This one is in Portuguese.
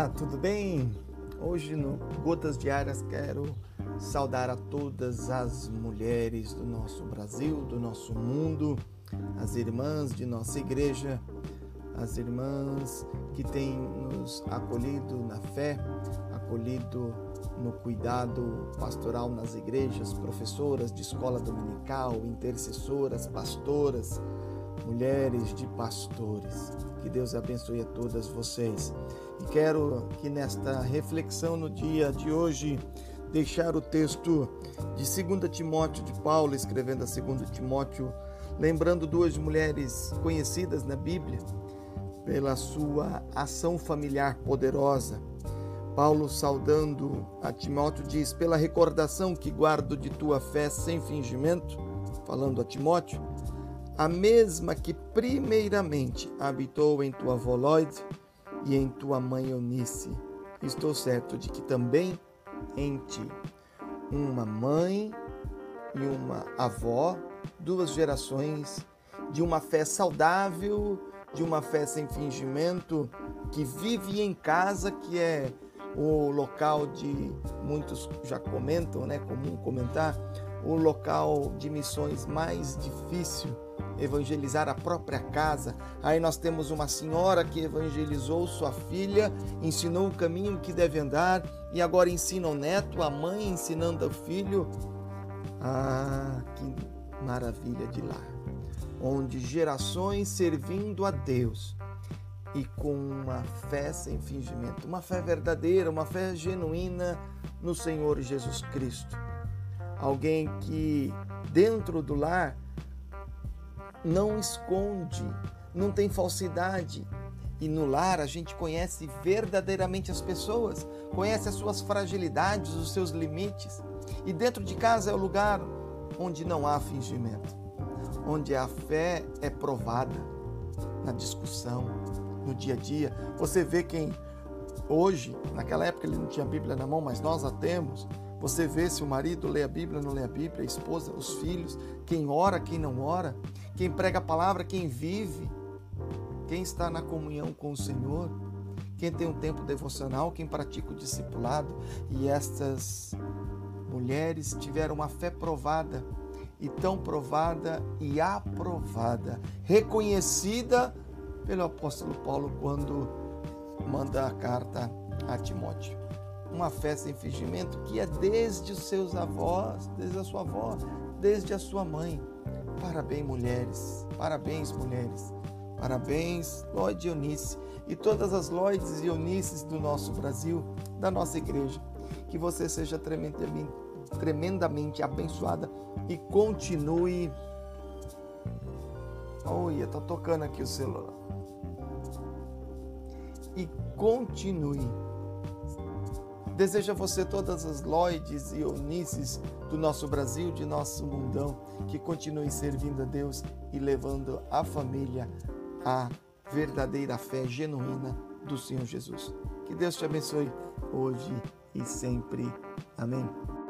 Olá, tudo bem? Hoje no Gotas Diárias quero saudar a todas as mulheres do nosso Brasil, do nosso mundo, as irmãs de nossa igreja, as irmãs que têm nos acolhido na fé, acolhido no cuidado pastoral nas igrejas, professoras de escola dominical, intercessoras, pastoras, mulheres de pastores. Que Deus abençoe a todas vocês. E quero que nesta reflexão no dia de hoje deixar o texto de 2 Timóteo de Paulo, escrevendo a 2 Timóteo, lembrando duas mulheres conhecidas na Bíblia pela sua ação familiar poderosa. Paulo, saudando a Timóteo, diz: pela recordação que guardo de tua fé sem fingimento, falando a Timóteo, a mesma que primeiramente habitou em tua avó Lóide e em tua mãe Eunice. Estou certo de que também em ti, uma mãe e uma avó, duas gerações de uma fé saudável, de uma fé sem fingimento, que vive em casa, que é o local de, muitos já comentam, né, comum comentar, o local de missões mais difícil, evangelizar a própria casa. Aí nós temos uma senhora que evangelizou sua filha, ensinou o caminho que deve andar e agora ensina o neto, a mãe ensinando ao filho. Ah, que maravilha de lar, onde gerações servindo a Deus e com uma fé sem fingimento, uma fé verdadeira, uma fé genuína no Senhor Jesus Cristo. Alguém que dentro do lar não esconde, não tem falsidade. E no lar a gente conhece verdadeiramente as pessoas, conhece as suas fragilidades, os seus limites. E dentro de casa é o lugar onde não há fingimento, onde a fé é provada na discussão, no dia a dia. Você vê quem hoje, naquela época ele não tinha a Bíblia na mão, mas nós a temos. Você vê se o marido lê a Bíblia, não lê a Bíblia, a esposa, os filhos, quem ora, quem não ora, quem prega a palavra, quem vive, quem está na comunhão com o Senhor, quem tem um tempo devocional, quem pratica o discipulado. E estas mulheres tiveram uma fé provada, e tão provada e aprovada, reconhecida pelo apóstolo Paulo quando manda a carta a Timóteo. Uma fé sem fingimento que é desde os seus avós, desde a sua avó, desde a sua mãe. Parabéns, mulheres. Parabéns, mulheres. Parabéns, Lóide e Eunice. E todas as Lóides e Eunices do nosso Brasil, da nossa igreja. Que você seja tremendamente abençoada e continue... Olha, tá tocando aqui o celular. E continue. Desejo a você todas as Lóides e Eunices do nosso Brasil, de nosso mundão, que continue servindo a Deus e levando a família à verdadeira fé genuína do Senhor Jesus. Que Deus te abençoe hoje e sempre. Amém.